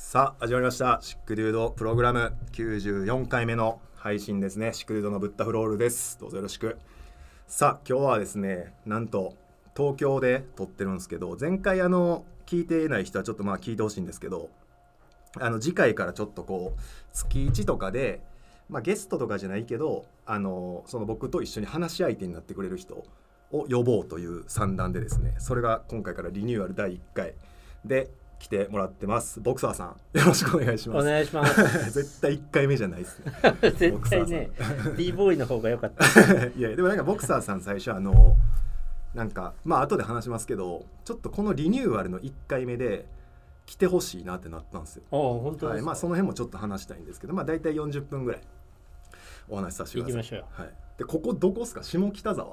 さあ始まりましたシックデュードプログラム94回目の配信ですね。シックデュードのブッダフロールです。どうぞよろしく。さあ今日はですね、なんと東京で撮ってるんですけど、前回聞いていない人はちょっと聞いてほしいんですけど、次回からちょっとこう月1とかで、ゲストとかじゃないけどその僕と一緒に話し相手になってくれる人を呼ぼうという算段でですね、それが今回からリニューアル第1回で来てもらってます。ボクサーさんよろしくお願いします。 お願いします絶対1回目じゃないですね絶対ね D ボーイの方が良かったいやでもなんかボクサーさん最初なんか後で話しますけど、ちょっとこのリニューアルの1回目で来てほしいなってなったんですよ。 本当ですか。 その辺もちょっと話したいんですけど、大体40分ぐらいお話しさせてください。 行きましょうよ。 はい、でここどこですか？下北沢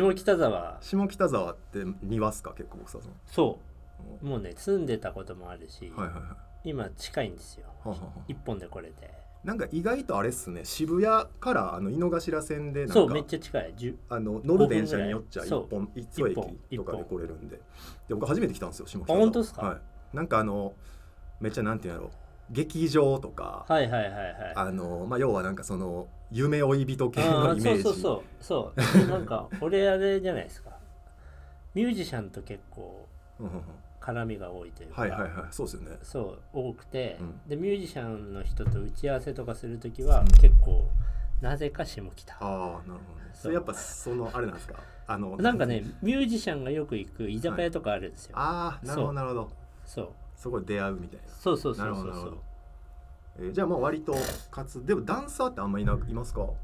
って庭っすか？結構ボクサーさん。 そうもうね住んでたこともあるし、 はいはいはい、 今近いんですよ。一本で来れて、 なんか意外とあれっすね、渋谷から井の頭線でなんかそうめっちゃ近い。 乗る電車によっちゃ一駅とかで来れるんで、で僕初めて来たんですよ下北沢。 本当ですか？ はい、なんかめっちゃなんていうんやろ、劇場とか、 はいはいはいはい、 要はなんかその夢追い人系のイメージ。 そうなんか俺あれじゃないですか、ミュージシャンと結構絡みが多いというか、 はいはいはい、そうですよね。 そう多くて、でミュージシャンの人と打ち合わせとかするときは、結構なぜか下北。 ああなるほどね。それやっぱあれなんですか、 なんかねミュージシャンがよく行く居酒屋とかあるんですよ。 ああなるほどなるほど。そこで出会うみたいな。 そうなるほど。じゃあ割とでもダンサーってあんまいますか？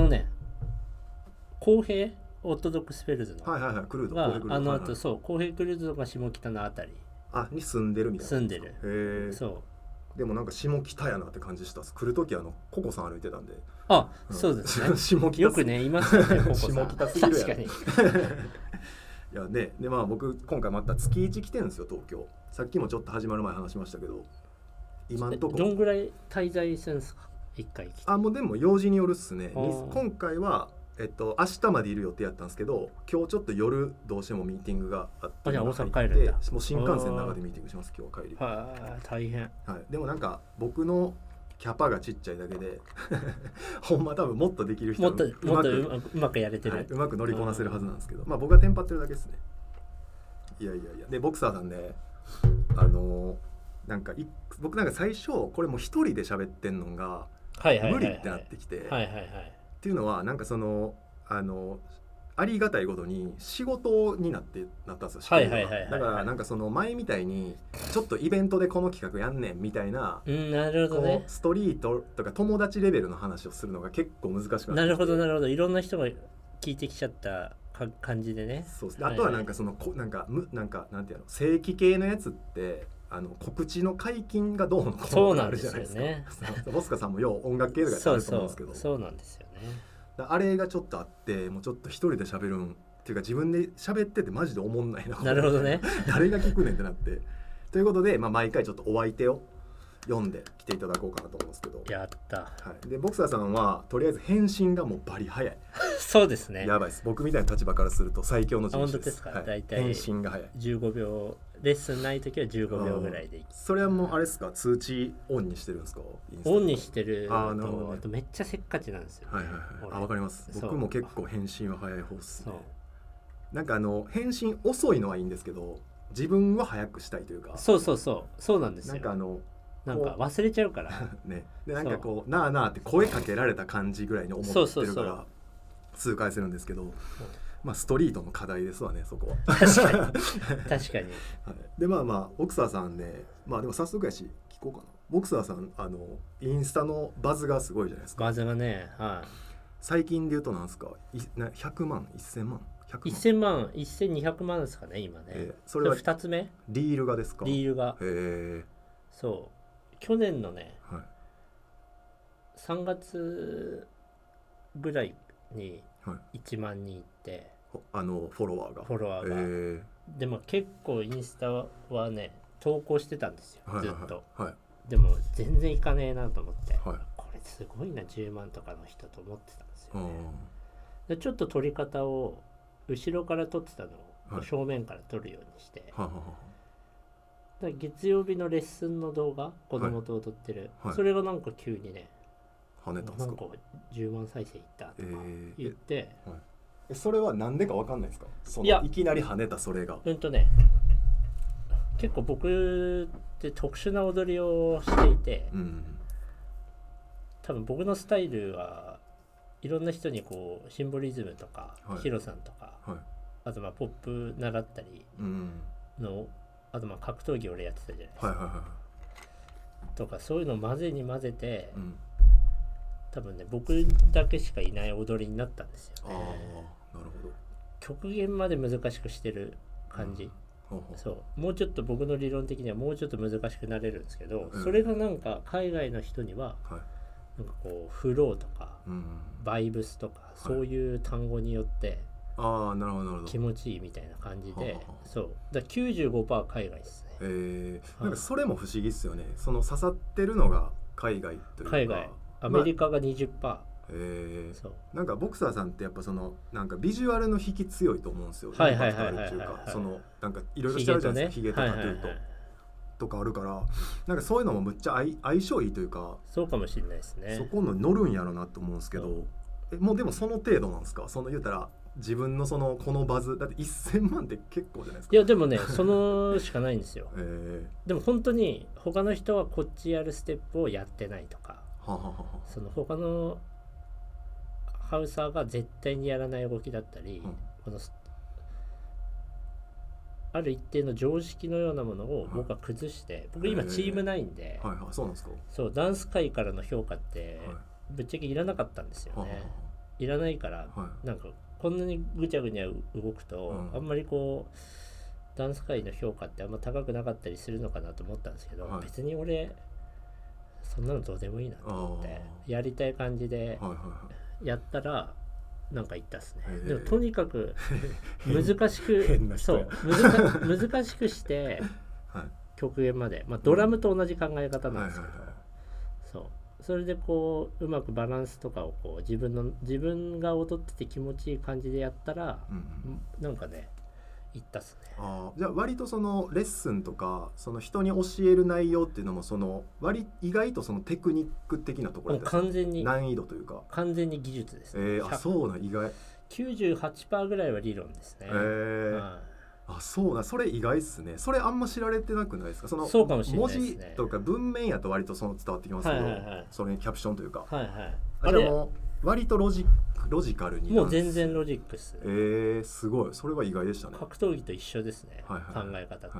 公平オートドックスフェルズのクルードがそう公平クルーズが下北のあたりに住んでるみたいな。 住んでる。 へえ。 そうでもなんか下北やなって感じしたっす。来るときココさん歩いてたんで。 そうですね下北よくねいますよねココさん。 下北すぎるやん。 確かにいやね、で僕今回また月1来てるんですよ東京。さっきもちょっと始まる前話しましたけど、今んとこどんぐらい滞在するんですか1回来て。 もうでも用事によるっすね。今回は明日までいる予定やったんですけど、今日ちょっと夜どうしてもミーティングがあって、 じゃあ大阪帰るんだ。 もう新幹線の中でミーティングします。今日帰り。 大変。 でもなんか僕のキャパがちっちゃいだけでほんま多分もっとできる人はもっとうまくやれてる、 うまく乗りこなせるはずなんですけど、僕がテンパってるだけですね。いやでボクサーさんね、なんか僕なんか最初これもう一人で喋ってんのが無理ってなってきて、っていうのはなんかありがたいことに仕事になったんですよ。だからなんかその前みたいにちょっとイベントでこの企画やんねんみたいな、 なるほどね、 ストリートとか友達レベルの話をするのが結構難しくなってきて。 なるほどいろんな人が聞いてきちゃった感じでね。 そうですね。あとはなんかなんかなんていうの、正規系のやつって告知の解禁がどうのこうのとかあるじゃないですか。ボスカさんもよう音楽系とかあると思うんですけど、 そうなんですよね。 あれがちょっとあって、もうちょっと一人で喋るんっていうか自分で喋っててマジで思んないな。 なるほどね。 誰が聞くねんってなって。ということで、毎回ちょっとお相手を読んで来ていただこうかなと思うんですけど。 やった。 でボクサーさんはとりあえず返信がもうバリ早い。 そうですね。 やばいです。僕みたいな立場からすると最強の人種です。 本当ですか？大体返信が早い。 15秒レッスンない時は15秒ぐらいでいい。 それはもうあれですか、通知オンにしてるんですか？ オンにしてると、 あとめっちゃせっかちなんですよ。 わかります。僕も結構返信は早い方っすね。なんか返信遅いのはいいんですけど、自分は早くしたいというか。 そうなんですよ。なんか忘れちゃうからね。でなんかこうなあなあって声かけられた感じぐらいに思ってるから通過するんですけど、ストリートの課題ですわね、そこは。 確かにでボクサーさんね、でも早速やし聞こうかな。ボクサーさんインスタのバズがすごいじゃないですか。 バズがね、 最近で言うとなんですか、100万1000万 1000万1200万ですかね今ね。それは2つ目リールがですか？ リールが。そう去年のね、3月ぐらいに1万人いって、フォロワーが、 でも結構インスタはね投稿してたんですよ、ずっと、でも全然いかねえなと思って、これすごいな10万とかの人と思ってたんですよね。でちょっと撮り方を後ろから撮ってたのを正面から撮るようにして、 だ月曜日のレッスンの動画子供と踊ってる、それがなんか急にね跳ねたんですか。 なんか10万再生いったとか言って、 それはなんでか分かんないですか。いきなり跳ねたそれが。 結構僕って特殊な踊りをしていて、多分僕のスタイルはいろんな人にこうシンボリズムとか、ヒロさんとか、あとポップ習ったりの、あと格闘技俺やってたじゃないですか、とかそういうのを混ぜて、多分ね僕だけしかいない踊りになったんですよね。 なるほど。 極限まで難しくしてる感じ、そうもうちょっと僕の理論的にはもうちょっと難しくなれるんですけど、それがなんか海外の人には、なんかこうフローとか、バイブスとか、そういう単語によって気持ちいいみたいな感じで、そうだ 95% 海外ですね。 なんかそれも不思議っすよね。その刺さってるのが海外というか、 海外アメリカが 20%、 そうなんかボクサーさんってやっぱなんかビジュアルの引き強いと思うんですよ。なんかいろいろしてあるじゃないですか。ヒゲとタトゥーとかあるから、なんかそういうのもむっちゃ相性いいというか、 そうかもしれないですね。 そこの乗るんやろなと思うんですけど、もうでもその程度なんですか。言うたら自分のこのバズだって1000万って結構じゃないですか。 いやでもねそのしかないんですよ。でも本当に他の人はこっちやるステップをやってないとか、その他のハウサーが絶対にやらない動きだったり、このある一定の常識のようなものを僕は崩して、僕今チームないんで、 そうなんですか。 そうダンス界からの評価ってぶっちゃけいらなかったんですよね。いらないから、なんかこんなにぐちゃぐちゃ動くと、あんまりこうダンス界の評価ってあんま高くなかったりするのかなと思ったんですけど、別に俺そんなのどうでもいいなと思ってやりたい感じでやったらなんか言ったっすね。でもとにかく難しく難しくして極限まで、ドラムと同じ考え方なんですけど、それでこううまくバランスとかをこう自分が踊ってて気持ちいい感じでやったら、なんかね言ったっすね。 じゃあ割とレッスンとか人に教える内容っていうのも意外とテクニック的なところですか。 完全に難易度というか完全に技術ですね。 そうな意外 98% ぐらいは理論ですね。 そうな、それ意外っすね。それあんま知られてなくないですか。 そうかもしれないですね。 文字とか文面やと割と伝わってきますけど、それにキャプションというか、 あれも割とロジカルにもう全然ロジックっす。 すごい、それは意外でしたね。 格闘技と一緒ですね、考え方って。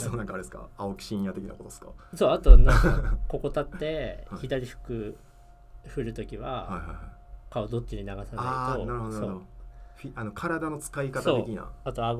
なんかあれですか、青木真也的なことですか。 そう、あとなんかここ立って左フック振るときは顔どっちに流さないと。 なるほど。体の使い方的な。 あと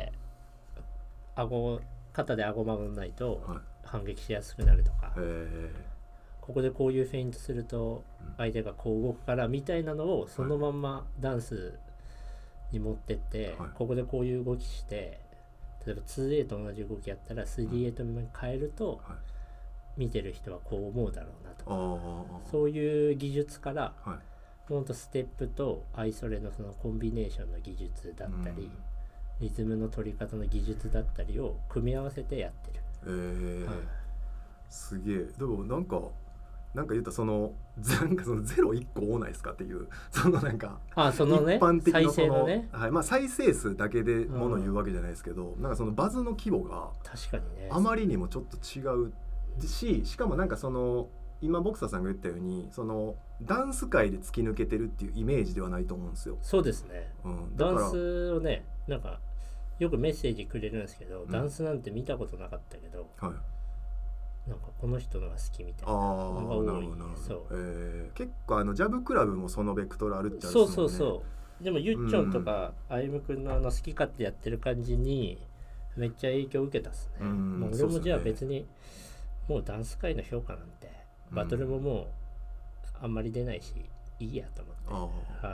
肩で顎曲がんないと反撃しやすくなるとか、ここでこういうフェイントすると相手がこう動くからみたいなのをそのまんまダンスに持ってって、ここでこういう動きして、例えば 2A と同じ動きやったら 3A と変えると見てる人はこう思うだろうなとか、そういう技術からほんとステップとアイソレのそのコンビネーションの技術だったり、リズムの取り方の技術だったりを組み合わせてやってる。 すげえ。でもなんか言うとなんか0 1個多ないですかっていう、なんか一般的な再生のね、 再生数だけでもの言うわけじゃないですけど、なんかバズの規模が確かにねあまりにもちょっと違うしかもなんか今ボクサーさんが言ったようにダンス界で突き抜けてるっていうイメージではないと思うんですよ。 そうですね、ダンスをね、なんかよくメッセージくれるんですけど、ダンスなんて見たことなかったけど、なんかこの人のが好きみたいなのが多い。 結構ジャブクラブもそのベクトルあるっちゃう。 そうでもゆっちょんとかあゆむくんの好き勝手やってる感じにめっちゃ影響を受けたっすね。俺もじゃあ別にもうダンス界の評価なんてバトルももうあんまり出ないしいいやと思って。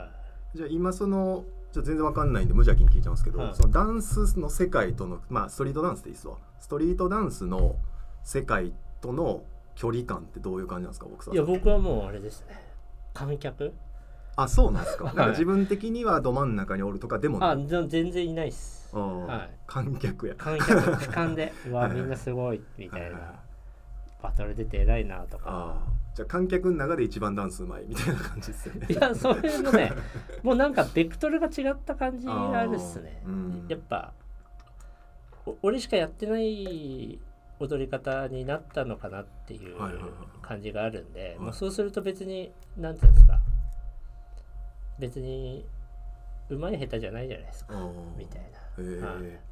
じゃあ今じゃあ全然わかんないんで無邪気に聞いちゃうんですけど、そのダンスの世界とのストリートダンスでいいっすわ。ストリートダンスの世界との距離感ってどういう感じなんですか、僕さん。 いや僕はもうあれですね、観客。 そうなんですか。なんか自分的にはど真ん中におるとかでもない。 全然いないっす。 はい、 観客や観客俯瞰でうわみんなすごいみたいなバトル出て偉いなとか。 じゃあ観客の中で一番ダンスうまいみたいな感じですよね。 いやそれもねもうなんかベクトルが違った感じがあるっすね、やっぱ俺しかやってない踊り方になったのかなっていう感じがあるんで、もうそうすると別に何ていうんですか、別にうまい下手じゃないじゃないですかみたいな、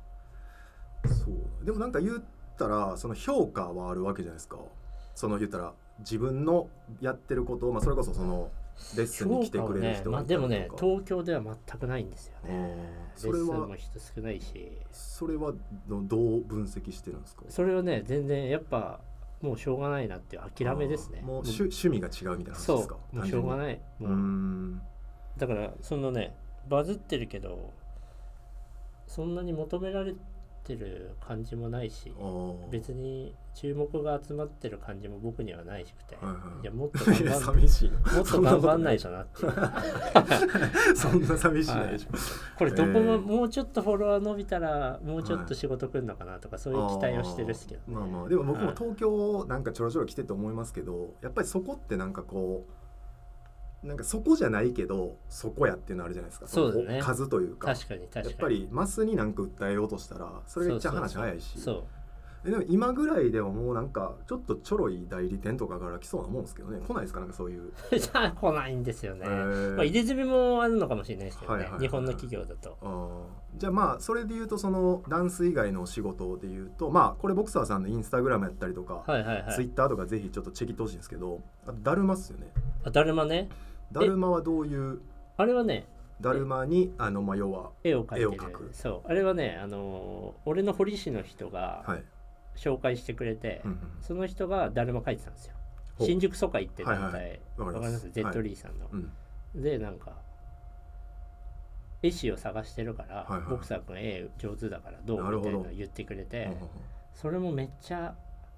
そうでもなんか言ったらその評価はあるわけじゃないですか。その言ったら自分のやってることを、それこそそのレッスンに来てくれる人がいたりとか、 でもね東京では全くないんですよね。 それはレッスンも人少ないし。 それはどう分析してるんですか。 それはね全然やっぱもうしょうがないなっていう諦めですね。 もう趣味が違うみたいな話ですか。 そうもうしょうがない。だからそのねバズってるけどそんなに求められてる感じもないし、別に注目が集まってる感じも僕にはないしくて、いやもっと頑張んないとなってそんな寂しいないでしょ、 これどこももうちょっとフォロワー伸びたらもうちょっと仕事来るのかなとか、そういう期待をしてるんですけど、 でも僕も東京なんかちょろちょろ来てて思いますけど、やっぱりそこってなんかこうなんかそこじゃないけどそこやっていうのあるじゃないですか。 そうですね、 数というか確かにやっぱりマスになんか訴えようとしたらそれがめっちゃ話早いし、でも今ぐらいではもうなんかちょっとちょろい代理店とかから来そうなもんですけどね。来ないですか、なんかそういう来ないんですよね。入れ墨もあるのかもしれないですけどね、日本の企業だと。 じゃあそれで言うとそのダンス以外の仕事で言うとこれボクサーさんのインスタグラムやったりとか、ツイッターとかぜひちょっとチェキってほしいんですけど、だるまっすよね。 だるまね。 だるまはどういう？ あれはね、 だるまに要は絵を描く。そう、あれはね、俺の彫師の人が紹介してくれて、その人がだるま描いてたんですよ。新宿疎開って団体、わかります？ゼットリーさんの。でなんか絵師を探してるから、ボクサー君絵上手だからどうみたいなのを言ってくれて、それもめっちゃ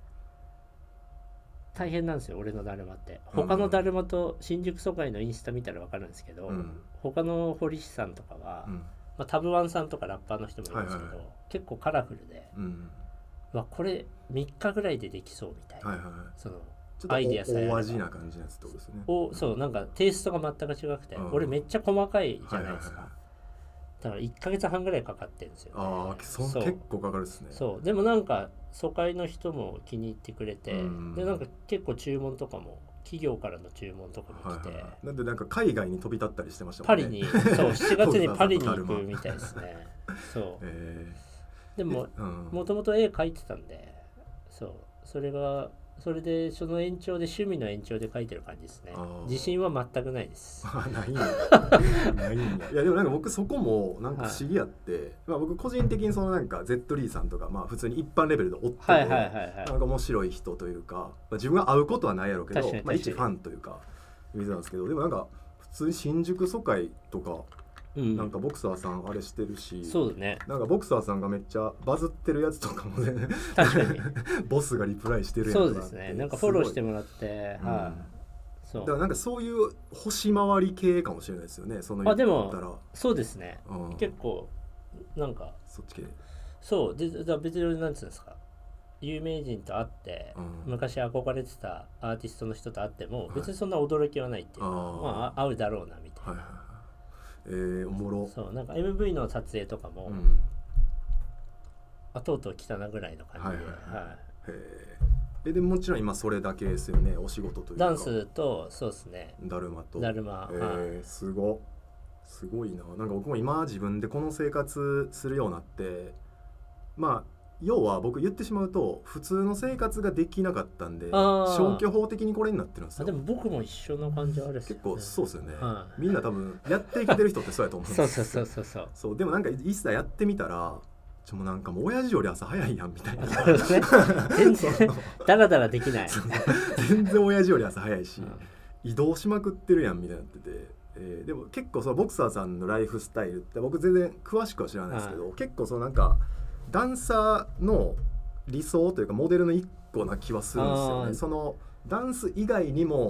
大変なんですよ、俺のだるまって。他のだるまと新宿疎開のインスタ見たら分かるんですけど、他の彫師さんとかは、タブワンさんとかラッパーの人もいるんですけど、結構カラフルで、これ3日ぐらいでできそうみたいな、そのアイディアさえ大味な感じのやつってことですね。 そうなんかテイストが全く違くて、俺めっちゃ細かいじゃないですか。だから1ヶ月半ぐらいかかってるんですよね。 結構かかるですね。 そうでもなんか疎開の人も気に入ってくれて、でなんか結構注文とかも企業からの注文とかも来て、 なんでなんか海外に飛び立ったりしてましたもんね。パリにそう7月にパリに行くみたいですね。そうでももともと絵描いてたんで、それでその延長で趣味の延長で描いてる感じですね。自信は全くないです。 ないんだ。いやでもなんか僕そこもなんか不思議やって、僕個人的にそのなんかゼットリーさんとか普通に一般レベルで追ってて、なんか面白い人というか、自分が会うことはないやろうけど、一ファンというか見てたんですけど、でもなんか普通に新宿疎開とか。なんかボクサーさんあれしてるし、 そうだね。 なんかボクサーさんがめっちゃバズってるやつとかもね、 確かにボスがリプライしてるやつ。 そうですね。なんかフォローしてもらって、 だからなんかそういう星回り系かもしれないですよね。その言ったら。 でもそうですね。結構なんかそっち系。 そうで別になんていうんですか。有名人と会って、昔憧れてたアーティストの人と会っても別にそんな驚きはないっていうか、会うだろうなみたいな。 おもろ。 そうなんか MV の撮影とかも、とうとう来たなぐらいの感じで、でもちろん今それだけですよね、お仕事というか。 ダンスとそうですね。 だるまと。すごいな。なんか僕も今自分でこの生活するようになって、要は僕言ってしまうと普通の生活ができなかったんで消去法的にこれになってるんですよ。 でも僕も一緒の感じはあるですよね。結構そうですよね。みんな多分やっていけてる人ってそうやと思うんですよ。 そうでもなんかいざやってみたらもうなんかもう親父より朝早いやんみたいな。 全然ダラダラできない。 全然親父より朝早いし、移動しまくってるやんみたいになってて、でも結構そのボクサーさんのライフスタイルって僕全然詳しくは知らないですけど、結構そのなんかダンサーの理想というかモデルの一個な気はするんですよね。そのダンス以外にも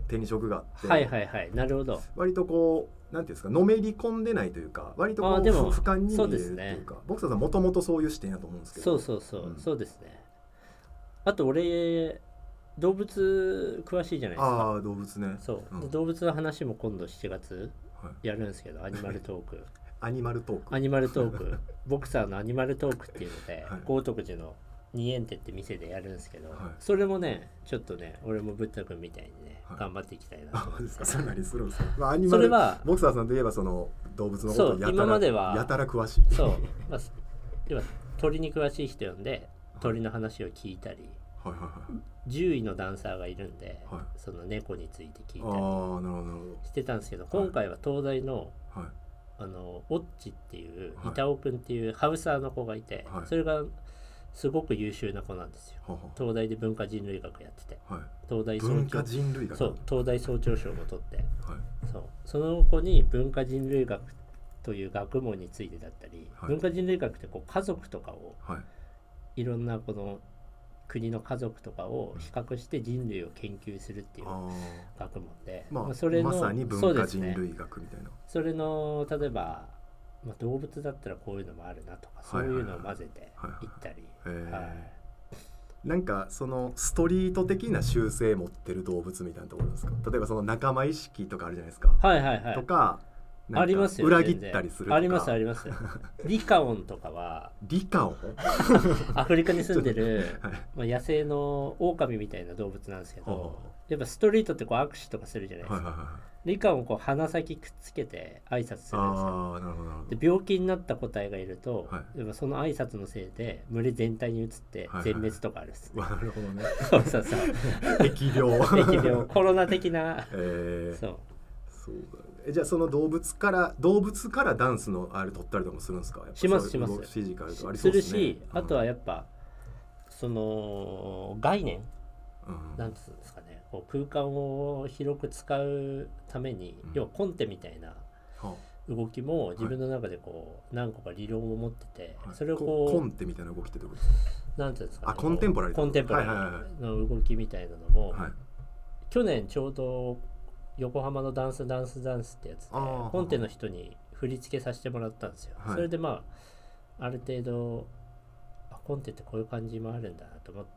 手に職があって、 はいはいはい、なるほど。 割とこうなんていうんですか、のめり込んでないというか、割とこうでも俯瞰に見えるというか、 そうですね、 ボクサーさんもともとそういう視点だと思うんですけど。 そうですね。あと俺動物詳しいじゃないですか。 ああ、動物ね。 そう、で動物の話も今度7月やるんですけど、アニマルトークアニマルトークアニマルトークボクサーのアニマルトークっていうので、豪徳寺の二円手って店でやるんですけど、それもねちょっとね俺もぶったくんみたいにね、頑張っていきたいなと思って。 そんなにするんですか。アニマルそれはボクサーさんといえばその動物のことを今まではやたら詳しい。 そう、要は鳥に詳しい人呼んで鳥の話を聞いたり、獣医のダンサーがいるんで、その猫について聞いたりしてたんですけど、今回は東大のオッチっていう板尾くんっていうハウサーの子がいて、それがすごく優秀な子なんですよ。東大で文化人類学やってて、東大文化人類学、 そう東大総長賞も取って、その子に文化人類学という学問についてだったり、文化人類学ってこう家族とかを、いろんなこの国の家族とかを比較して人類を研究するっていう学問で、それのまさに文化人類学みたいな、 それの例えば、動物だったらこういうのもあるなとか、そういうのを混ぜていったり、 なんかそのストリート的な習性持ってる動物みたいなところですか。例えばその仲間意識とかあるじゃないですか。とかありますよ、 裏切ったりするとか。 ありますリカオンとかはリカオンアフリカに住んでる、野生の狼みたいな動物なんですけど、やっぱストリートってこう握手とかするじゃないですか。リカオンこう鼻先くっつけて挨拶するんですよ。で病気になった個体がいると、やっぱその挨拶のせいで群れ全体に移って全滅とかあるっすね。 なるほどね。 そう疫病コロナ的な。 そうだ。じゃあその動物からダンスのあれ取ったりとかもするんですか。 します。 フィジカルとありすそうですね。 るし、あとはやっぱその概念、なんつうんですかね、こう空間を広く使うために、要はコンテみたいな動きも自分の中でこう何個か理論を持ってて、それをこうコンテみたいな動きってどういうことですか。 なんていうんですかね、 コンテンポラリーの動きみたいなのも、去年ちょうど横浜のダンスってやつでコンテの人に振り付けさせてもらったんですよ。それである程度コンテってこういう感じもあるんだなと思って、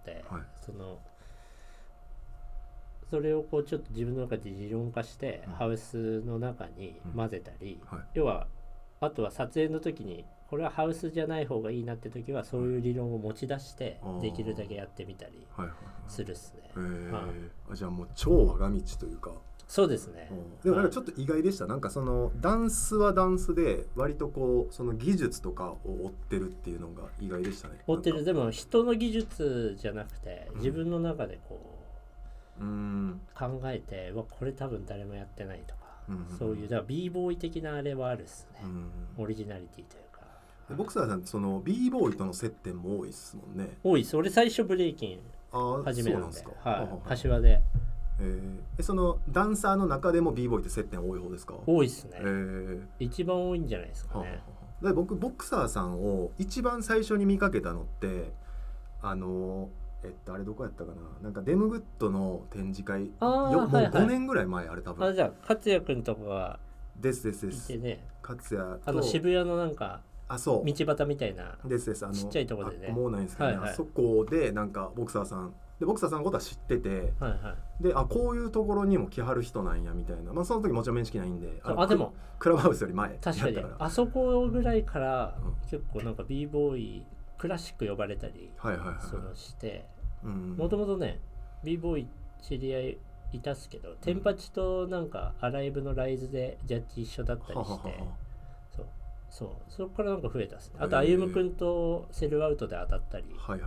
それをこうちょっと自分の中で理論化して、ハウスの中に混ぜたり、要はあとは撮影の時にこれはハウスじゃない方がいいなって時はそういう理論を持ち出してできるだけやってみたりするっすね。 じゃあもう超我が道というか。 そうですね。 でもなんかちょっと意外でした。なんかそのダンスはダンスで割とこうその技術とかを追ってるっていうのが意外でしたね。 追ってる。でも人の技術じゃなくて自分の中でこう考えて、これ多分誰もやってないとか、そういうだから b ボーイ的なあれはあるっすね。オリジナリティというか。 ボクサーさんその b ボーイとの接点も多いっすもんね。 多いっす。俺最初ブレイキン始めたんで、柏で。 そのダンサーの中でも b ボーイって接点多い方ですか。 多いっすね。一番多いんじゃないですかね。 で僕ボクサーさんを一番最初に見かけたのってあれどこやったかな、なんかデムグッドの展示会もう5年ぐらい前、あれ多分。 じゃあ勝也くんとかがですいてね、 勝也と渋谷のなんか道端みたいなちっちゃいところでね、 もうないんですけどね、あそこでなんかボクサーさんのことは知ってて、でこういうところにも来はる人なんやみたいな、その時もちろん面識ないんで、 でもクラブハウスより前確かにあそこぐらいから結構なんか b ボーイクラシック呼ばれたりして、もともとね b ボーイ知り合いいたっすけど、テンパチとなんかアライブのライズでジャッジ一緒だったりして、そこからなんか増えたっすね。あと歩夢くんとセルアウトで当たったり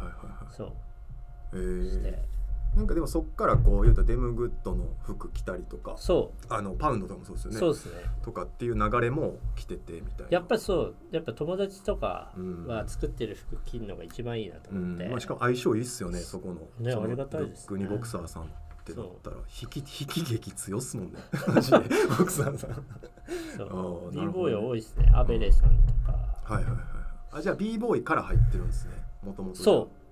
してなんかでもそっからこう言うとデムグッドの服着たりとか、パウンドとかもそうですよね。 そうですね。 とかっていう流れも着ててみたいな。 やっぱ友達とかは作ってる服着るのが一番いいなと思って。 しかも相性いいっすよね、そこの。 ね、ありがたいですね。 ルックにボクサーさんってなったら引き劇強っすもんね。マジでボクサーさん。 そう。b ボーイは多いですね。アベレさんとか。 じゃあ b ボーイから入ってるんですね。もともと。 そう。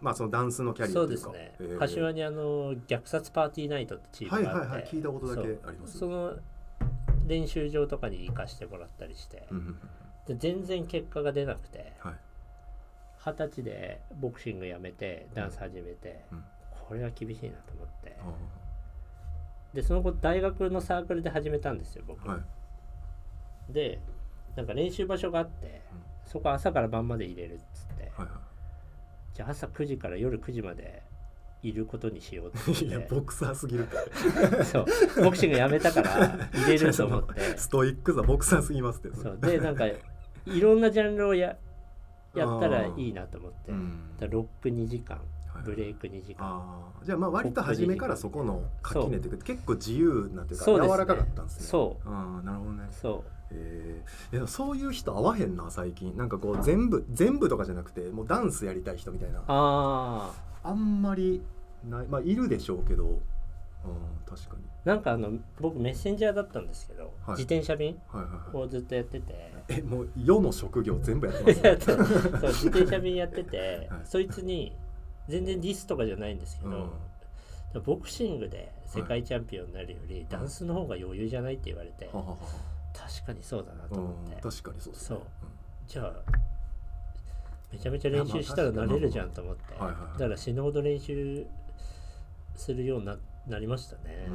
まあそのダンスのキャリアというか。 そうですね、柏に虐殺パーティーナイトってチームがあって、 はい、聞いたことだけあります。 その練習場とかに行かしてもらったりして、で全然結果が出なくて、20歳でボクシングやめてダンス始めて、これは厳しいなと思って、でその後大学のサークルで始めたんですよ僕、でなんか練習場所があって、そこ朝から晩まで入れるっつって、じゃあ朝9時から夜9時までいることにしようって言って。 いやボクサーすぎるからそうボクシングやめたから入れると思ってストイックさボクサーすぎますって。 そうでなんかいろんなジャンルをやったらいいなと思って、ロック2時間ブレイク2時間、 じゃあまあ割と初めからそこの垣根というか結構自由なというか柔らかかったんですね。 そうなるほどね。 そうそういう人合わへんな最近。なんかこう全部とかじゃなくてもうダンスやりたい人みたいなあんまりない。まあいるでしょうけど、確かになんか僕メッセンジャーだったんですけど、自転車便をずっとやってて、 もう世の職業全部やってますねそう自転車便やってて、そいつに全然ディスとかじゃないんですけど、ボクシングで世界チャンピオンになるよりダンスの方が余裕じゃないって言われて、確かにそうだなと思って、 確かにそうですね。 じゃあめちゃめちゃ練習したらなれるじゃんと思って、だから死ぬほど練習するようになりましたね。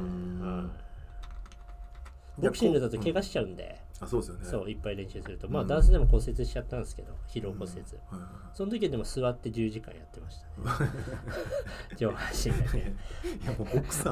ボクシングだと怪我しちゃうんで、 そうですよね。 そういっぱい練習すると、まあダンスでも骨折しちゃったんですけど、疲労骨折、その時でも座って10時間やってましたね上半身だけ。いやもうボクサ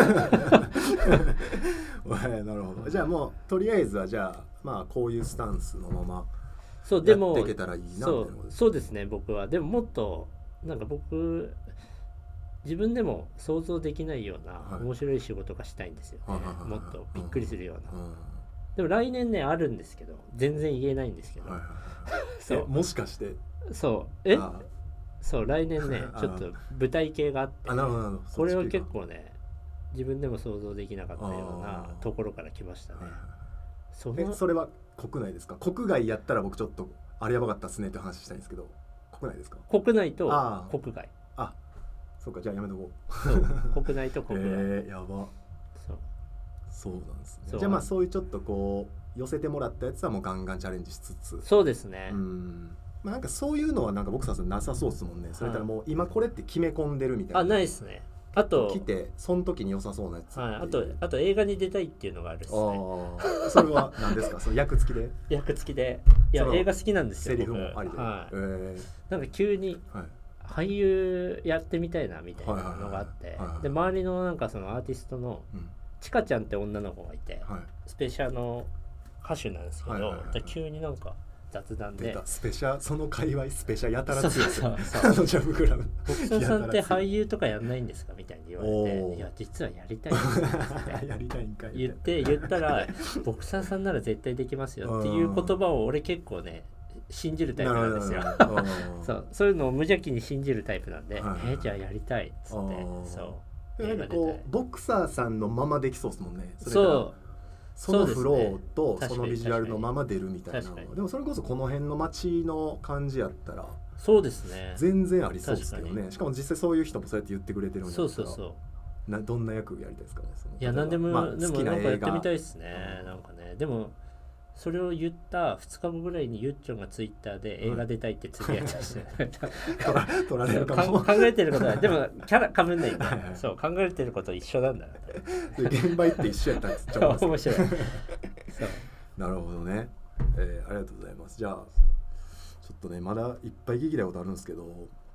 ーやなるほど。じゃあもうとりあえずはじゃあまあこういうスタンスのままやっていけたらいいなみたいなことです。 そうですね。僕はでももっとなんか僕自分でも想像できないような面白い仕事がしたいんですよね。もっとびっくりするような。でも来年ねあるんですけど全然言えないんですけど、 そうもしかしてそうそう来年ねちょっと舞台系があって、これは結構ね自分でも想像できなかったようなところから来ましたね。 それは国内ですか？国外やったら僕ちょっとあれやばかったっすねって話したいんですけど、国内ですか？ 国内と国外。 そうか、じゃあやめとこう。国内と国外。 やば。そうなんですね。じゃあまあそういうちょっとこう寄せてもらったやつはもうガンガンチャレンジしつつ。 そうですね。 まあなんかそういうのはなんか僕さんなさそうですもんね。それからもう今これって決め込んでるみたいな。 ないですね。あと来てその時に良さそうなやつ。 あと映画に出たいっていうのがあるっすね。 それは何ですか？その役付きで？ 役付きで。いや映画好きなんですよ。 セリフもありで。 なんか急に。俳優やってみたいなみたいなのがあって、で周りのなんかそのアーティストのちかちゃんって女の子がいて、スペシャの歌手なんですけど、急になんか雑談でスペシャその界隈スペシャやたら強いですよ。 ジャブクラブボクサーさんって俳優とかやんないんですかみたいに言われて、いや実はやりたいんですってやりたいんかい言ったらボクサーさんなら絶対できますよっていう言葉を俺結構ね信じるタイプなんですよそういうのを無邪気に信じるタイプなんで、じゃあやりたいっつって、 なんかこうボクサーさんのままできそうですもんね。 そのフローとそのビジュアルのまま出るみたいな。でもそれこそこの辺の街の感じやったらそうですね全然ありそうですけどね。しかも実際そういう人もそうやって言ってくれてるんだったら、 そうどんな役やりたいですか？ いや何でも、でもなんかやってみたいですね。なんかねでもそれを言った2日後ぐらいにゆっちょんがツイッターで映画出たいってつぶやいてました取られるかも。 考えてることはでもキャラかぶんないんでそう考えてること一緒なんだな現場行って一緒やったんです。 面白いなるほどね。ありがとうございます。じゃあちょっとねまだいっぱい聞きたいことあるんですけど、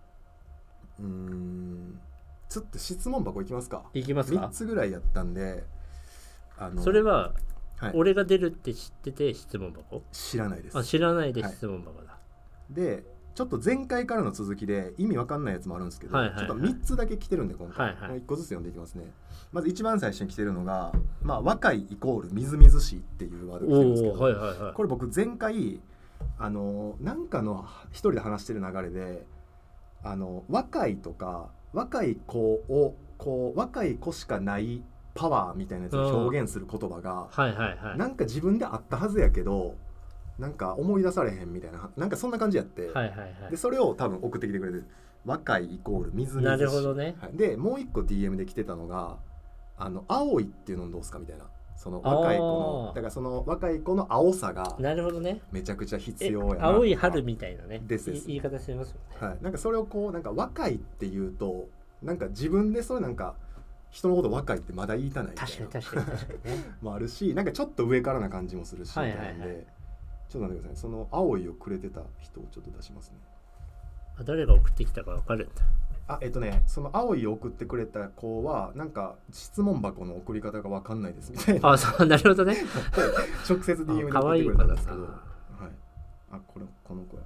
つって質問箱いきますか。 いきますか。 3つぐらいやったんでそれは俺が出るって知ってて質問箱？ 知らないです。 知らないで質問箱だ。 でちょっと前回からの続きで意味わかんないやつもあるんですけど、ちょっと3つだけ来てるんで今回、1個ずつ読んでいきますね。まず一番最初に来てるのが、若いイコールみずみずしいっていうワードが来てるんですけど、これ僕前回なんかの一人で話してる流れで若いとか若い子をこう若い子しかないパワーみたいなやつを表現する言葉が、なんか自分であったはずやけどなんか思い出されへんみたいな、なんかそんな感じやって、でそれを多分送ってきてくれて若いイコールみずみずしい。 なるほどね、 はい、でもう一個 DM で来てたのが青いっていうのどうですかみたいな、その若い子のだからその若い子の青さがなるほどね、 めちゃくちゃ必要やな。 青い春みたいなねです言い方してますよね、 はい、なんかそれをこうなんか若いっていうとなんか自分でそれなんか人のこと若いってまだ言いたないみたいな確かにねもあるし、なんかちょっと上からな感じもするし、 はいはいはい、 みたいなんでちょっと待ってください。その青いをくれてた人をちょっと出しますね。 誰が送ってきたか分かるんだ。 その青いを送ってくれた子はなんか質問箱の送り方が分かんないですみたいな。 あ、そう、なるほどね直接 DM で送ってくれたんですけど、はい、この子や。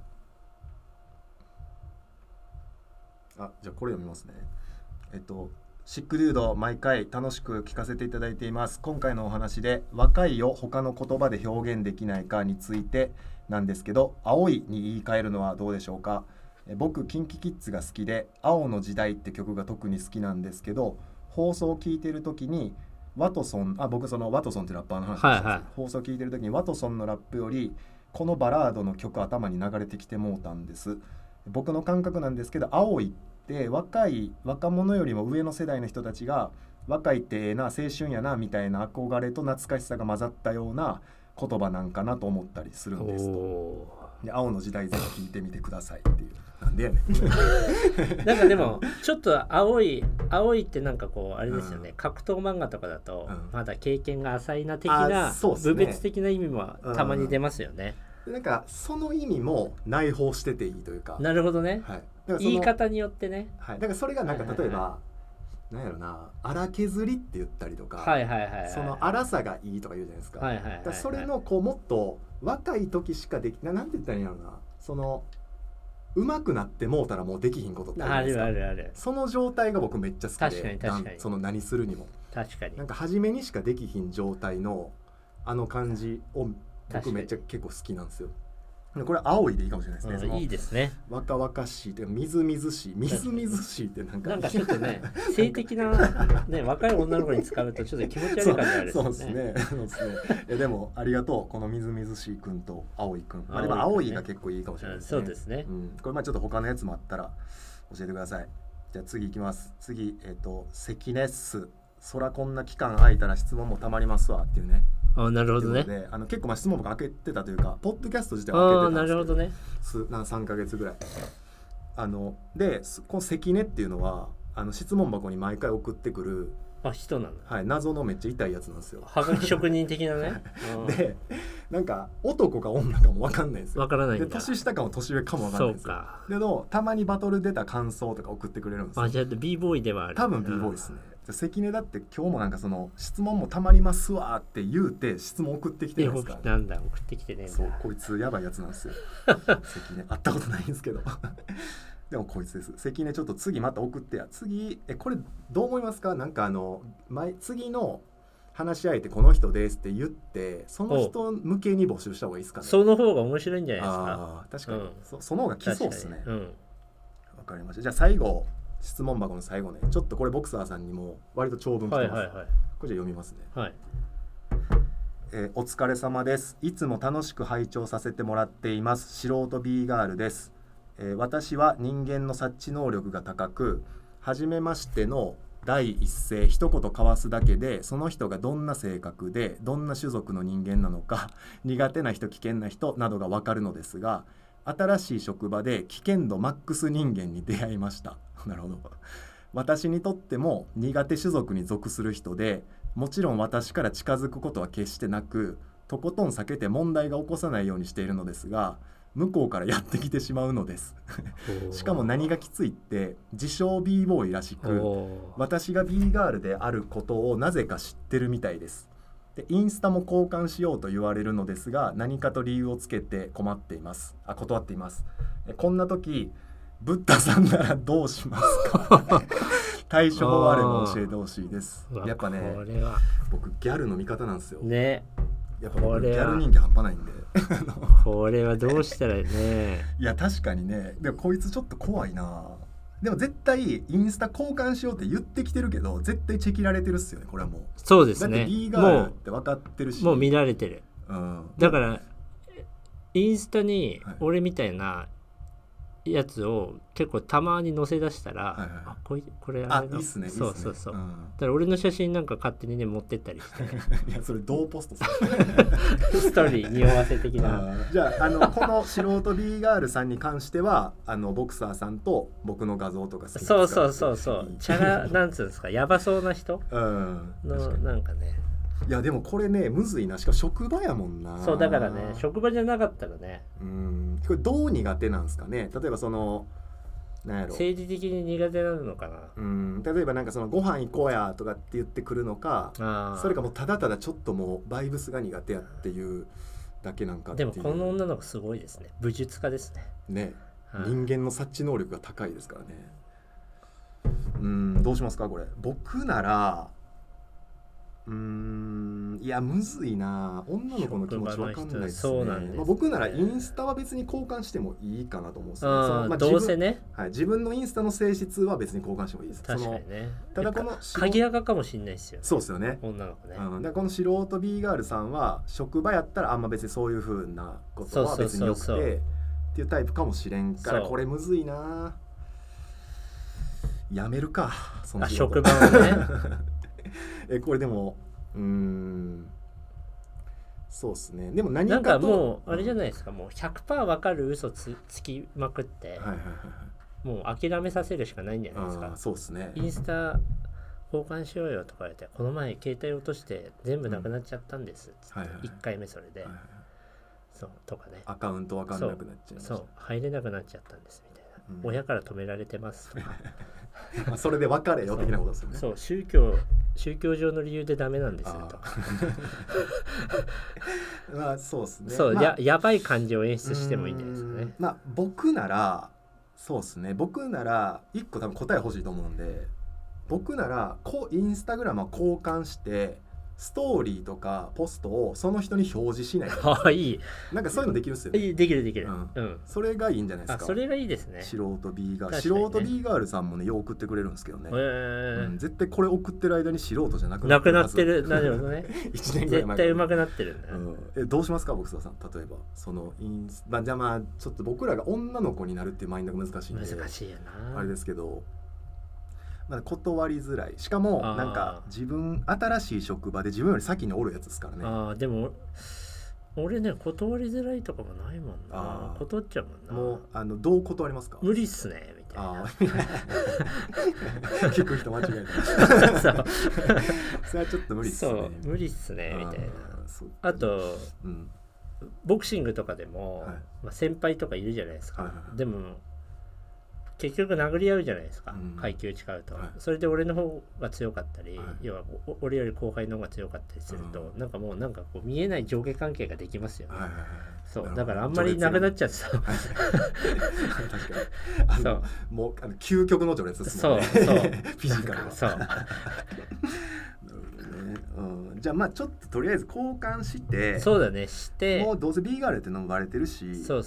じゃあこれ読みますね。シックデュード毎回楽しく聞かせていただいています。今回のお話で若いを他の言葉で表現できないかについてなんですけど、青いに言い換えるのはどうでしょうか。僕キンキキッズが好きで青の時代って曲が特に好きなんですけど、放送を聞いてる時に僕そのワトソンってラッパーの話をしたんです、はいはい、放送を聞いてる時にワトソンのラップよりこのバラードの曲頭に流れてきてもうたんです。僕の感覚なんですけど、青いって若者よりも上の世代の人たちが若いってええな、青春やなみたいな憧れと懐かしさが混ざったような言葉なんかなと思ったりするんですと。で青の時代ぜひ聞いてみてくださいっていう。なんでやねんなんかでもちょっと青いってなんかこうあれですよね、格闘漫画とかだとまだ経験が浅いな的な部別的な意味もたまに出ますよね。 なんかその意味も内包してていいというか。 なるほどね、 はい、 言い方によってね、 はい、だからそれがなんか例えば、なんやろな、荒削りって言ったりとか、その荒さがいいとか言うじゃないですか。だからそれのこうもっと若い時しかできなんて言ったらいいんやろな、その上手くなってもうたらもうできひんことってあるじゃないですか。 あるその状態が僕めっちゃ好きで、 確かにその何するにも確かになんか初めにしかできひん状態の感じを僕めっちゃ結構好きなんですよ。これ青いでいいかもしれないですね。 いいですね。 若々しいってみずみずしいってなんかちょっとね性的なね若い女の子に使うとちょっと気持ち悪い感じあるんですね。 そうですね。でもありがとう、このみずみずしいくんと青いくん。でも青いが結構いいかもしれないですね。 そうですね。 これちょっと他のやつもあったら教えてください。じゃあ次いきます。次関根っす。空こんな期間空いたら質問もたまりますわっていうね。 なるほどね。 結構質問僕開けてたというか、ポッドキャスト自体は開けてたんですけど、 なるほどね。 3ヶ月ぐらいで、この関根っていうのは質問箱に毎回送ってくる人なんだ。 はい、謎のめっちゃ痛いやつなんですよ。 はがき職人的なねでなんか男か女かも分かんないんですよ。 分からないんだ。 で年下かも年上かも分かんないんですよ。けどたまにバトル出た感想とか送ってくれるんですよ。 じゃあ B ボーイではある。 多分 B ボーイですね。関根だって今日もなんかその質問もたまりますわって言うて質問送ってきてるんですから、 なんだ送ってきてね。 そうこいつやばいやつなんですよ関根会ったことないんですけどでもこいつです。関根ちょっと次また送ってや。次これどう思いますか。なんか次の話し相手この人ですって言ってその人向けに募集した方がいいですかね。 その方が面白いんじゃないですか。 確かに、その方が来そうですね。わかりました。じゃあ最後質問箱の最後ね、ちょっとこれボクサーさんにも割と長文来てます。これじゃ読みますね。お疲れ様です。いつも楽しく拝聴させてもらっています。素人 B ガールです。私は人間の察知能力が高く、初めましての第一声一言交わすだけでその人がどんな性格でどんな種族の人間なのか、苦手な人危険な人などが分かるのですが、新しい職場で危険度マックス人間に出会いました。なるほど。私にとっても苦手種族に属する人で、もちろん私から近づくことは決してなく、とことん避けて問題が起こさないようにしているのですが、向こうからやってきてしまうのですしかも何がきついって自称 B ボーイらしく、私が B ガールであることをなぜか知ってるみたいです。でインスタも交換しようと言われるのですが、何かと理由をつけて断っています。こんな時ブッダさんならどうしますか対処法あれば教えてほしいです。やっぱね、僕ギャルの味方なんですよね。やっぱ僕ギャル人間半端ないんでこれはどうしたらねいや確かにね。でもこいつちょっと怖いな。でも絶対インスタ交換しようって言ってきてるけど、絶対チェキられてるっすよね。これはもうそうですね。 だって B ガールって分かってるし、 もう見られてる、だからインスタに俺みたいなやつを結構たまに載せ出したら、 はいはい、 あこれあいいっすね、 そうそうそう、 うん、 だから俺の写真なんか勝手にね持ってったりしていやそれどうポストするストーリー匂わせ的なじゃあこの素人 B ガールさんに関してはボクサーさんと僕の画像とか好きそうチャラなんつうんですかやばそうな人のなんかね、 いやでもこれねむずいな、しかも職場やもんな。 そうだからね、職場じゃなかったらね、 これどう苦手なんですかね。例えばそのなんやろ、 政治的に苦手なのかな。 例えばなんかそのご飯行こうやとかって言ってくるのか、それかもうただただちょっともうバイブスが苦手やっていうだけなんかっていう。 でもこの女の子すごいですね、武術家ですね。 ね、人間の察知能力が高いですからね。どうしますかこれ。僕ならいやむずいな、女の子の気持ち分かんないですね。僕ならインスタは別に交換してもいいかなと思うんですよ、 どうせね、 自分のインスタの性質は別に交換してもいいです。 確かにね。 ただこの鍵垢かもしれないですよね。 そうですよね、 女の子ね。 だからこの素人 B ガールさんは職場やったらあんま別にそういう風なことは別によくてっていうタイプかもしれんから、これむずいな。やめるかその職場はねこれでもそうですね。でも何かとなんかもうあれじゃないですか、もう 100% 分かる嘘つきまくって、もう諦めさせるしかないんじゃないですか。 そうですね。 インスタ交換しようよとか言って、この前携帯落として全部なくなっちゃったんですっつって、1回目それで、そうとかね、 アカウント分かんなくなっちゃいました。 そう入れなくなっちゃったんですみたいな、親から止められてますとかそれで別れよ的なことですよね。 そう、宗教上の理由でダメなんですよとかまあそうですね。 そう、やばい感じを演出してもいいんじゃないですかね。 まあ僕ならそうですね、僕なら一個多分答え欲しいと思うんで、僕ならインスタグラムは交換してストーリーとかポストをその人に表示しない。 いい。 なんかそういうのできるっすよね。できる。 それがいいんじゃないですか。 それがいいですね。 素人 B ガールさんもねよう送ってくれるんですけどね。絶対これ送ってる間に素人じゃなくなってる。なるほどね。 1年ぐらい前。 絶対上手くなってるんだ。 どうしますか僕さん。例えばそのじゃあまあちょっと僕らが女の子になるっていうマインドが難しいんで。 難しいよな。 あれですけど。断りづらい。しかもなんか新しい職場で自分より先におるやつですからね。 でも俺ね断りづらいとかもないもんな。断っちゃうもんな。もうどう断りますか。 無理っすねみたいな。 聞く人間違えた。それはちょっと無理っすね。 そう無理っすねみたいな。あと、ボクシングとかでも、先輩とかいるじゃないですか。でも結局殴り合うじゃないですか、階級違うと、それで俺の方が強かったり、要は俺より後輩の方が強かったりすると、なんかこう見えない上下関係ができますよね。そうだからあんまりなくなっちゃうと確かにそうもう究極の序列ですもんね。フィジカルは。そうじゃあまあちょっととりあえず交換して、 そうだね、してもうどうせ B ガールってのもバレてるし、 そう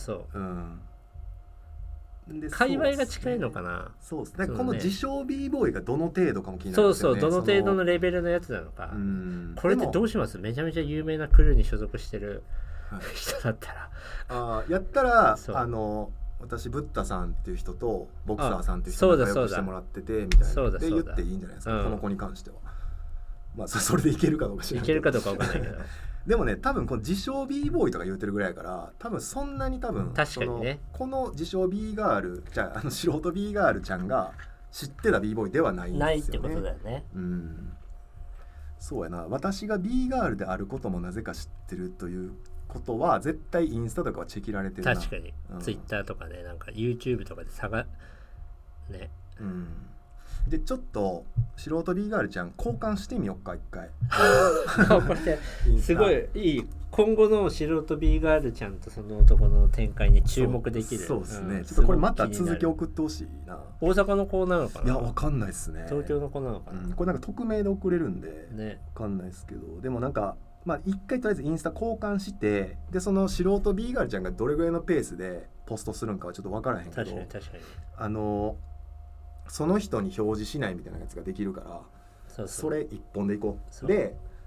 界隈が近いのかな。 そうですね。この自称 B ボーイがどの程度かも気になるんですよね。 どの程度のレベルのやつなのか。これってどうします？めちゃめちゃ有名なクルーに所属してる人だったら。 やったら私ブッダさんっていう人とボクサーさんっていう人に仲良くしてもらっててみたいなで言っていいんじゃないですか。この子に関しては。まあそれでいけるかどうか知らない。 いけるかどうかわかんないけど。 でもね、多分この自称 B ボーイとか言うてるぐらいやから、多分そんなに確かにね、 この自称 B ガールじゃ素人 B ガールちゃんが知ってた B ボーイではないんですよね。 ないってことだよね。 そうやな。私が B ガールであることもなぜか知ってるということは絶対インスタとかはチェキられてるな。 確かに、Twitter とかね、なんか YouTube とかでね。 でちょっと素人 B ガールちゃん交換してみよっか一回。 これすごいいい。今後の素人 B ガールちゃんとその男の展開に注目できる。 そうですね。ちょっとこれまた続き送ってほしいな。 大阪の子なのかな。 いやわかんないですね。 東京の子なのかな。 これなんか匿名で送れるんでわかんないですけど、でもなんかまあ一回とりあえずインスタ交換して、でその素人 B ガールちゃんがどれぐらいのペースでポストするんかはちょっとわからへんけど、 確かにその人に表示しないみたいなやつができるから、それ一本でいこう。で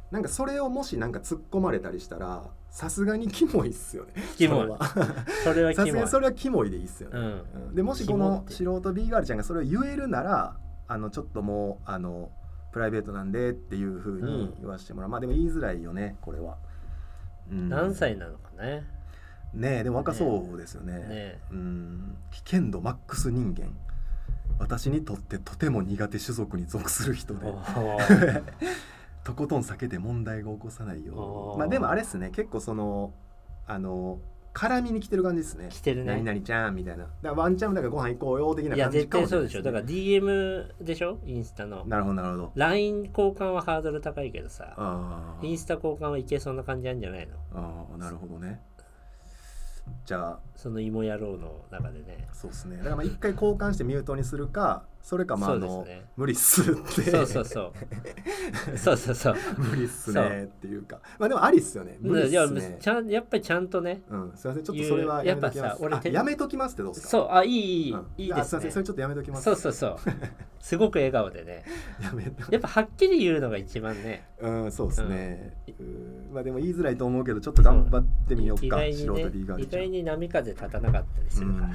なんかそれをもしなんか突っ込まれたりしたらさすがにキモいっすよね。 キモいそれはキモい。 さすがにそれはキモいでいいっすよね、でもしこの素人 B ガールちゃんがそれを言えるならちょっともうプライベートなんでっていう風に言わせてもらう、まあでも言いづらいよねこれは、 何歳なのかね。 ねえでも若そうですよね。危険度マックス人間、私にとってとても苦手種族に属する人でとことん避けて問題が起こさないよう。まあでもあれっすね、結構その絡みに来てる感じですね。 来てるね。 何々ちゃんみたいな。だからワンちゃんもだからご飯行こうよ的な感じかもしれないですね。 いや絶対そうでしょ。だから DM でしょ、インスタの。 なるほどなるほど。 LINE 交換はハードル高いけどさ、インスタ交換はいけそうな感じなんじゃないの。 ああなるほどね。じゃあその芋野郎の中でね。 そうですね。だからまあ一回交換してミュートにするか、それかまあね、 無理っすってそう無理っすねっていうか、まあでもありっすよね。無理っすね。 やっぱりちゃんとね。 すいませんちょっとそれはやめときます。やっぱさ俺やめときますってどうですか。 そういいですね。 すいませんそれちょっとやめときます。 そうすごく笑顔でね。やっぱはっきり言うのが一番ね。 そうですね。まあでも言いづらいと思うけどちょっと頑張ってみようか。素人 B ガールちゃん。 意外に波風立たなかったりするから。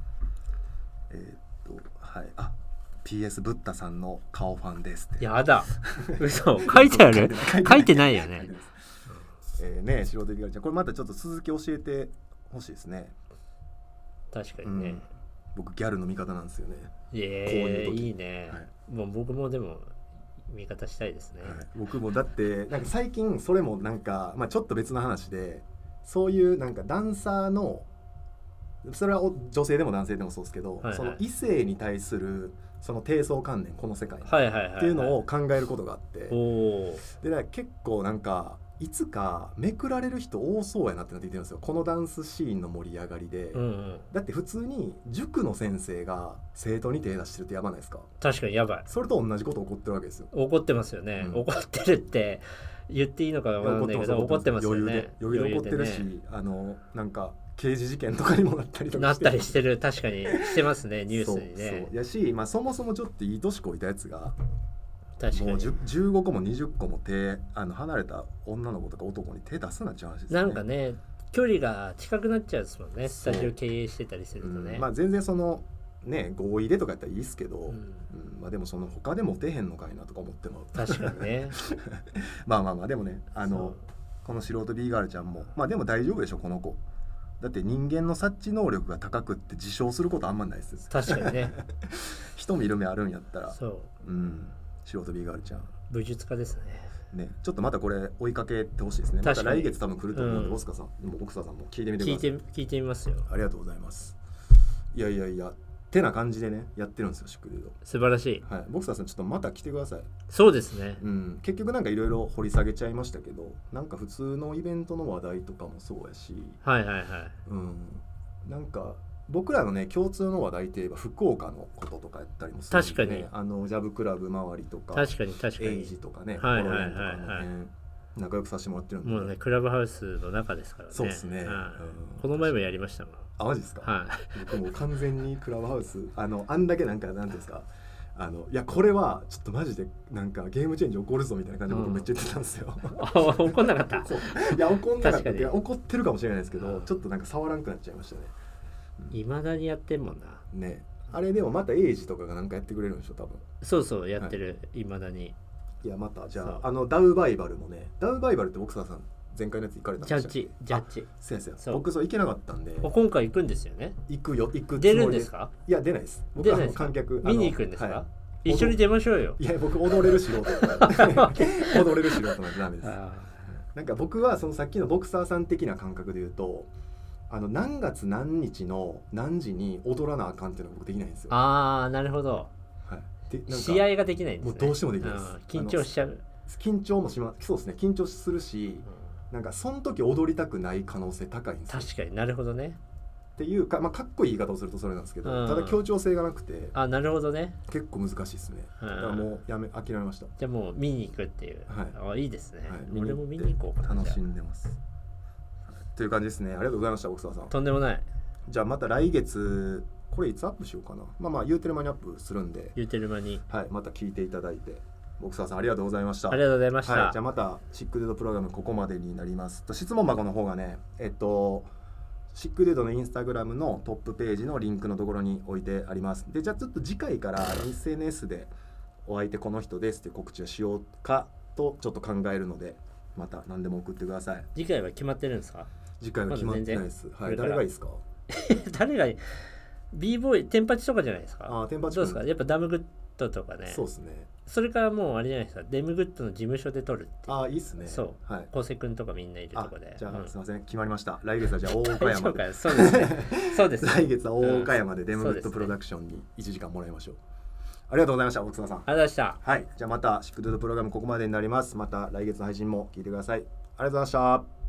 はい。PS ブッダさんの顔ファンですって。 やだ。嘘。書いてある？書いてないよね。 ね素人 B ガールちゃんこれまたちょっと続き教えてほしいですね。 確かにね。 僕ギャルの味方なんですよね。 いいね。もう僕もでも味方したいですね。 僕もだってなんか最近それもなんかまあちょっと別の話で、そういうなんかダンサーのそれは女性でも男性でもそうですけど、その異性に対するその低層観念この世界っていうのを考えることがあって、で結構なんかいつかめくられる人多そうやなってなってきてるんですよ、このダンスシーンの盛り上がりで、だって普通に塾の先生が生徒に手出してるってやばないですか。 確かにやばい。 それと同じこと起こってるわけですよ。 起こってますよね、怒ってるって言っていいのかわからないけど怒ってますよね。 余裕で怒ってるし、なんか刑事事件とかにもなったりとかしてる。確かにしてますねニュースにね。 そうやし、まあ、そもそもちょっといい年こいたやつが確かにもう15個も20個も離れた女の子とか男に手出すなっちゃう話ですね。 なんかね距離が近くなっちゃうんですもんね、スタジオ経営してたりするとね。 まあ全然そのね合意でとかやったらいいですけど、まあでもその他でモテへんのかいなとか思っても確かにねまあでもねこの素人 B ガールちゃんもまあでも大丈夫でしょこの子。だって人間の察知能力が高くって自称することあんまないです。 確かにね人見る目あるんやったらそう、 素人 B ガールちゃん武術家ですね。ちょっとまたこれ追いかけてほしいですね。また来月多分来ると思うんで、オスカさん奥さんも聞いてみてください。 聞いてみますよ。 ありがとうございます。いやてな感じでねやってるんですよシクルード。 素晴らしい。 ボクサーさんちょっとまた来てください。 そうですね、 結局なんかいろいろ掘り下げちゃいましたけど、なんか普通のイベントの話題とかもそうやし、なんか僕らのね共通の話題といえば福岡のこととかやったりもするんで、 確かにジャブクラブ周りとか確かにエイジとかね、コロレンとかの辺仲良くさせてもらってるんで、 もうねクラブハウスの中ですからね。 そうですね、 この前もやりましたもん。 あマジですか。僕も完全にクラブハウスあんだけなんかなんていうんですか、いやこれはちょっとマジでなんかゲームチェンジ起こるぞみたいな感じで僕めっちゃ言ってたんですよ。 怒んなかった。 いや怒んなかった。怒ってるかもしれないですけど、ちょっとなんか触らんくなっちゃいましたね。 いまだにやってんもんな。 ね、あれでもまたエイジとかがなんかやってくれるんでしょ多分。 そうやってる、いまだに。 いやまたじゃあダウバイバルもね、ダウバイバルって奥さん前回のやつ行かれたんでしたっけ。 ジャッジ先生僕そう行けなかったんで。 今回行くんですよね。 行くつもりで。 出るんですか。 いや出ないです。僕は観客見に行くんですか。一緒に出ましょうよ。 いや僕踊れる素人踊れる素人なんてダメです。なんか僕はそのさっきのボクサーさん的な感覚で言うと、何月何日の何時に踊らなあかんっていうのが僕できないんですよ。 ああなるほど。試合ができないんですね。 もうどうしてもできないです。 緊張しちゃう。 緊張もそうですね、緊張するし、なんかその時踊りたくない可能性高いんですよ。 確かになるほどね。 っていうか、かっこいい言い方をするとそれなんですけど、ただ協調性がなくて、 なるほどね。 結構難しいですね。だからもう諦めました。 じゃあもう見に行くっていう。いいですね。俺も見に行こうかな。 楽しんでます。という感じですね。ありがとうございました奥沢さん。 とんでもない。 じゃあまた来月これいつアップしようかな。まあ言うてる間にアップするんで。 言うてる間に。 また聞いていただいて。 ボクサーさんありがとうございました。 ありがとうございました。 はい、じゃあまたシックデュードプログラムここまでになります。質問箱の方がね、シックデュードのインスタグラムのトップページのリンクのところに置いてあります。で、じゃあちょっと次回から SNS でお相手この人ですって告知をしようかとちょっと考えるので、また何でも送ってください。 次回は決まってるんですか？ 次回は決まってないです。はい、誰がいいですか？ 誰がいい？ B ボーイ、テンパチとかじゃないですか？ あ、テンパチどうですか？やっぱダムグッドとかね。 そうですね。 それからもうあれじゃないですか、デムグッドの事務所で撮るっていう。 あ、いいっすね。 そう、 はい、 昴生君とかみんないるとこで。 じゃあ、すいません、決まりました。来月はじゃあ大岡山でそうですね。そうです、ね、 来月は大岡山でデムグッドプロダクションに1時間もらいましょう。ありがとうございました、大津田さん。 ありがとうございました。 はい、じゃあまたシックデュードプログラムここまでになります。また来月の配信も聞いてください。ありがとうございました。